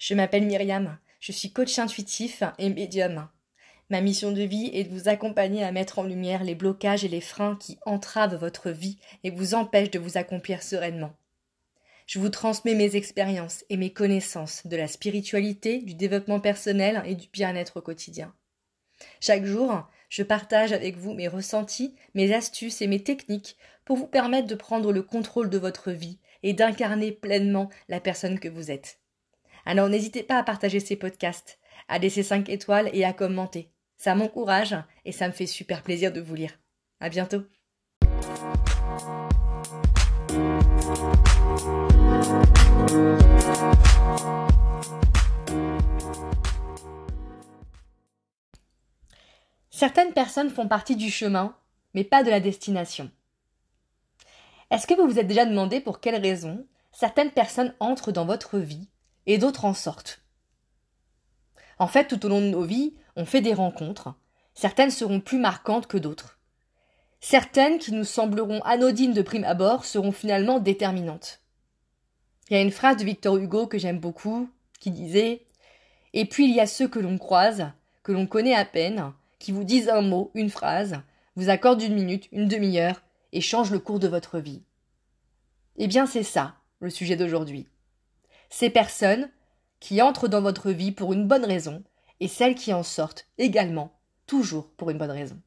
Je m'appelle Myriam, je suis coach intuitif et médium. Ma mission de vie est de vous accompagner à mettre en lumière les blocages et les freins qui entravent votre vie et vous empêchent de vous accomplir sereinement. Je vous transmets mes expériences et mes connaissances de la spiritualité, du développement personnel et du bien-être au quotidien. Chaque jour, je partage avec vous mes ressentis, mes astuces et mes techniques pour vous permettre de prendre le contrôle de votre vie et d'incarner pleinement la personne que vous êtes. Alors n'hésitez pas à partager ces podcasts, à laisser 5 étoiles et à commenter. Ça m'encourage et ça me fait super plaisir de vous lire. À bientôt. Certaines personnes font partie du chemin, mais pas de la destination. Est-ce que vous vous êtes déjà demandé pour quelles raisons certaines personnes entrent dans votre vie et d'autres en sortent? En fait, tout au long de nos vies, on fait des rencontres. Certaines seront plus marquantes que d'autres. Certaines qui nous sembleront anodines de prime abord seront finalement déterminantes. Il y a une phrase de Victor Hugo que j'aime beaucoup, qui disait « Et puis il y a ceux que l'on croise, que l'on connaît à peine, qui vous disent un mot, une phrase, vous accordent une minute, une demi-heure, et changent le cours de votre vie. » Eh bien c'est ça, le sujet d'aujourd'hui. Ces personnes qui entrent dans votre vie pour une bonne raison, et celles qui en sortent également, toujours pour une bonne raison.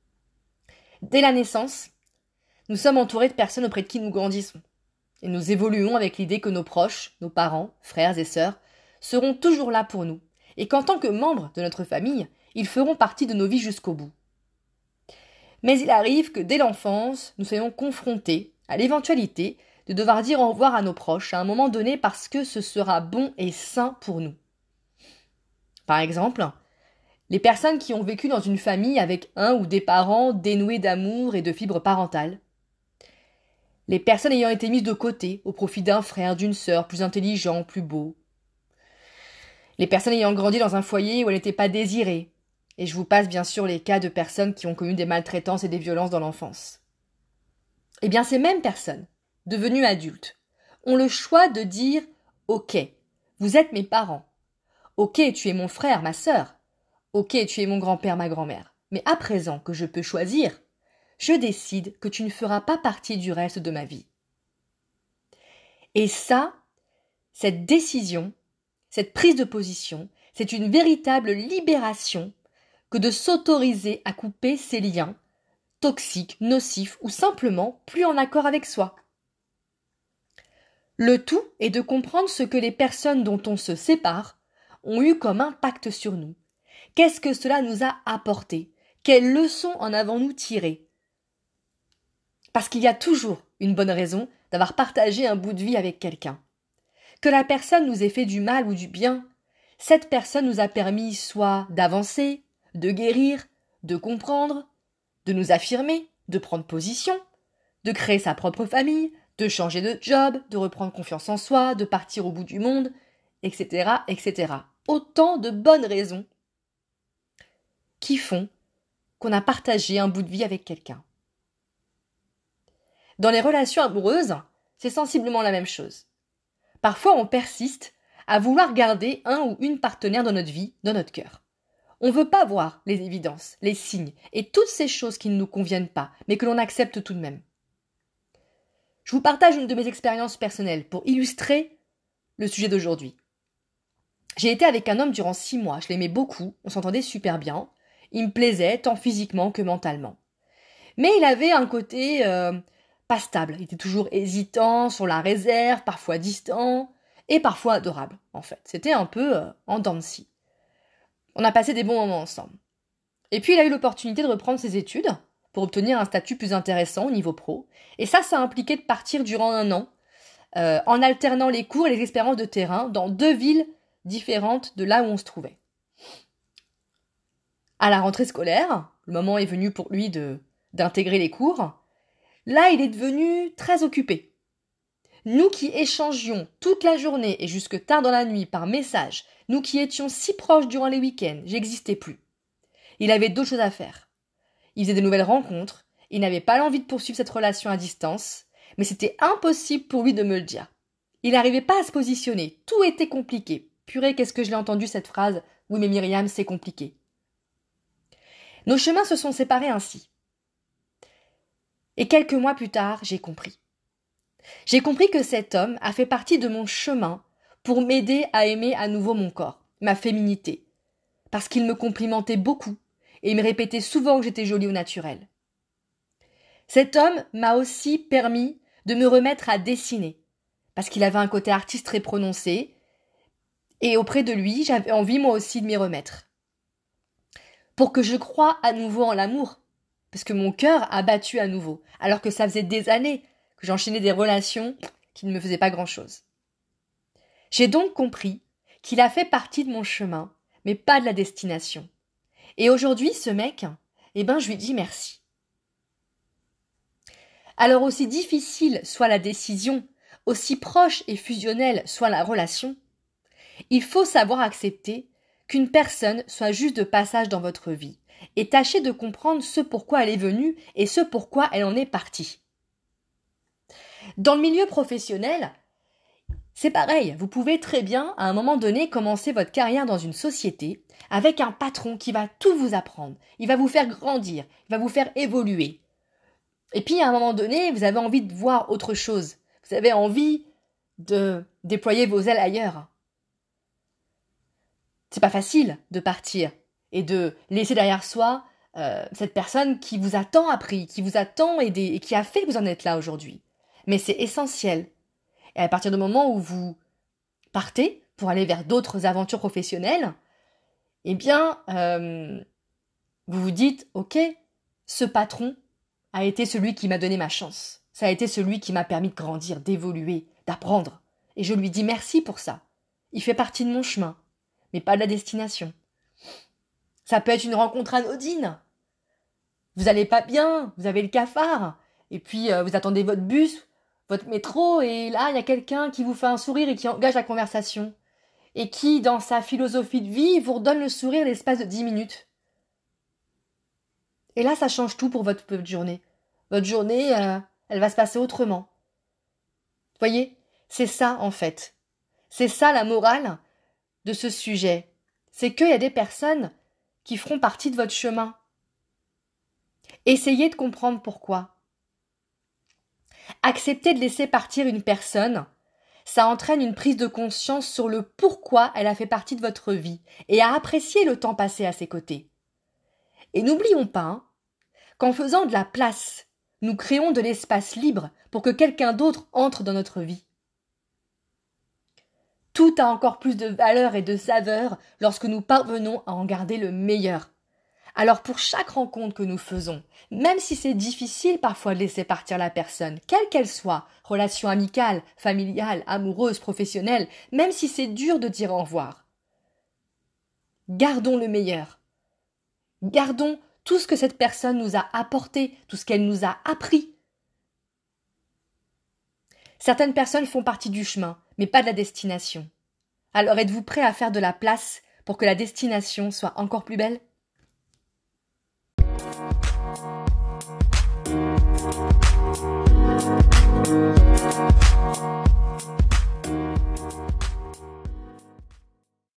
Dès la naissance, nous sommes entourés de personnes auprès de qui nous grandissons. Et nous évoluons avec l'idée que nos proches, nos parents, frères et sœurs, seront toujours là pour nous, et qu'en tant que membres de notre famille, ils feront partie de nos vies jusqu'au bout. Mais il arrive que dès l'enfance, nous soyons confrontés à l'éventualité de devoir dire au revoir à nos proches à un moment donné parce que ce sera bon et sain pour nous. Par exemple, les personnes qui ont vécu dans une famille avec un ou des parents dénués d'amour et de fibres parentales. Les personnes ayant été mises de côté au profit d'un frère, d'une sœur plus intelligent, plus beau. Les personnes ayant grandi dans un foyer où elles n'étaient pas désirées. Et je vous passe bien sûr les cas de personnes qui ont connu des maltraitances et des violences dans l'enfance. Eh bien ces mêmes personnes, devenues adultes, ont le choix de dire « Ok, vous êtes mes parents. Ok, tu es mon frère, ma sœur. Ok, tu es mon grand-père, ma grand-mère. Mais à présent que je peux choisir, je décide que tu ne feras pas partie du reste de ma vie. » Et ça, cette décision, cette prise de position, c'est une véritable libération que de s'autoriser à couper ces liens toxiques, nocifs ou simplement plus en accord avec soi. Le tout est de comprendre ce que les personnes dont on se sépare ont eu comme impact sur nous. Qu'est-ce que cela nous a apporté? Quelles leçons en avons-nous tirées? Parce qu'il y a toujours une bonne raison d'avoir partagé un bout de vie avec quelqu'un. Que la personne nous ait fait du mal ou du bien, cette personne nous a permis soit d'avancer, de guérir, de comprendre, de nous affirmer, de prendre position, de créer sa propre famille, de changer de job, de reprendre confiance en soi, de partir au bout du monde, etc., etc. Autant de bonnes raisons qui font qu'on a partagé un bout de vie avec quelqu'un. Dans les relations amoureuses, c'est sensiblement la même chose. Parfois, on persiste à vouloir garder un ou une partenaire dans notre vie, dans notre cœur. On ne veut pas voir les évidences, les signes et toutes ces choses qui ne nous conviennent pas, mais que l'on accepte tout de même. Je vous partage une de mes expériences personnelles pour illustrer le sujet d'aujourd'hui. J'ai été avec un homme durant 6 mois, je l'aimais beaucoup, on s'entendait super bien, il me plaisait tant physiquement que mentalement. Mais il avait un côté pas stable, il était toujours hésitant, sur la réserve, parfois distant, et parfois adorable en fait. C'était un peu en dents de scie. On a passé des bons moments ensemble. Et puis il a eu l'opportunité de reprendre ses études pour obtenir un statut plus intéressant au niveau pro. Et ça a impliqué de partir durant 1 an, en alternant les cours et les expériences de terrain dans 2 villes différentes de là où on se trouvait. À la rentrée scolaire, le moment est venu pour lui d'intégrer les cours. Là, il est devenu très occupé. Nous qui échangions toute la journée et jusque tard dans la nuit par message, nous qui étions si proches durant les week-ends, j'existais plus. Il avait d'autres choses à faire. Il faisait de nouvelles rencontres, il n'avait pas l'envie de poursuivre cette relation à distance, mais c'était impossible pour lui de me le dire. Il n'arrivait pas à se positionner, tout était compliqué. Purée, qu'est-ce que je l'ai entendu cette phrase? Oui, mais Myriam, c'est compliqué. Nos chemins se sont séparés ainsi. Et quelques mois plus tard, j'ai compris. J'ai compris que cet homme a fait partie de mon chemin pour m'aider à aimer à nouveau mon corps, ma féminité, parce qu'il me complimentait beaucoup et me répétait souvent que j'étais jolie au naturel. Cet homme m'a aussi permis de me remettre à dessiner, parce qu'il avait un côté artiste très prononcé, et auprès de lui, j'avais envie moi aussi de m'y remettre. Pour que je croie à nouveau en l'amour, parce que mon cœur a battu à nouveau, alors que ça faisait des années que j'enchaînais des relations qui ne me faisaient pas grand-chose. J'ai donc compris qu'il a fait partie de mon chemin, mais pas de la destination. Et aujourd'hui, ce mec, je lui dis merci. Alors aussi difficile soit la décision, aussi proche et fusionnelle soit la relation, il faut savoir accepter qu'une personne soit juste de passage dans votre vie et tâcher de comprendre ce pourquoi elle est venue et ce pourquoi elle en est partie. Dans le milieu professionnel, c'est pareil, vous pouvez très bien, à un moment donné, commencer votre carrière dans une société avec un patron qui va tout vous apprendre, il va vous faire grandir, il va vous faire évoluer. Et puis, à un moment donné, vous avez envie de voir autre chose, vous avez envie de déployer vos ailes ailleurs. C'est pas facile de partir et de laisser derrière soi cette personne qui vous a tant appris, qui vous a tant aidé et qui a fait que vous en êtes là aujourd'hui. Mais c'est essentiel. Et à partir du moment où vous partez pour aller vers d'autres aventures professionnelles, vous vous dites, ok, ce patron a été celui qui m'a donné ma chance. Ça a été celui qui m'a permis de grandir, d'évoluer, d'apprendre. Et je lui dis merci pour ça. Il fait partie de mon chemin, mais pas de la destination. Ça peut être une rencontre anodine. Vous allez pas bien, vous avez le cafard, et puis vous attendez votre bus, votre métro, et là, il y a quelqu'un qui vous fait un sourire et qui engage la conversation. Et qui, dans sa philosophie de vie, vous redonne le sourire l'espace de 10 minutes. Et là, ça change tout pour votre journée. Votre journée, elle va se passer autrement. Voyez, c'est ça, en fait. C'est ça la morale de ce sujet. C'est qu'il y a des personnes qui feront partie de votre chemin. Essayez de comprendre pourquoi. Accepter de laisser partir une personne, ça entraîne une prise de conscience sur le pourquoi elle a fait partie de votre vie et à apprécier le temps passé à ses côtés. Et n'oublions pas qu'en faisant de la place, nous créons de l'espace libre pour que quelqu'un d'autre entre dans notre vie. Tout a encore plus de valeur et de saveur lorsque nous parvenons à en garder le meilleur. Alors pour chaque rencontre que nous faisons, même si c'est difficile parfois de laisser partir la personne, quelle qu'elle soit, relation amicale, familiale, amoureuse, professionnelle, même si c'est dur de dire au revoir, gardons le meilleur. Gardons tout ce que cette personne nous a apporté, tout ce qu'elle nous a appris. Certaines personnes font partie du chemin, mais pas de la destination. Alors êtes-vous prêt à faire de la place pour que la destination soit encore plus belle ?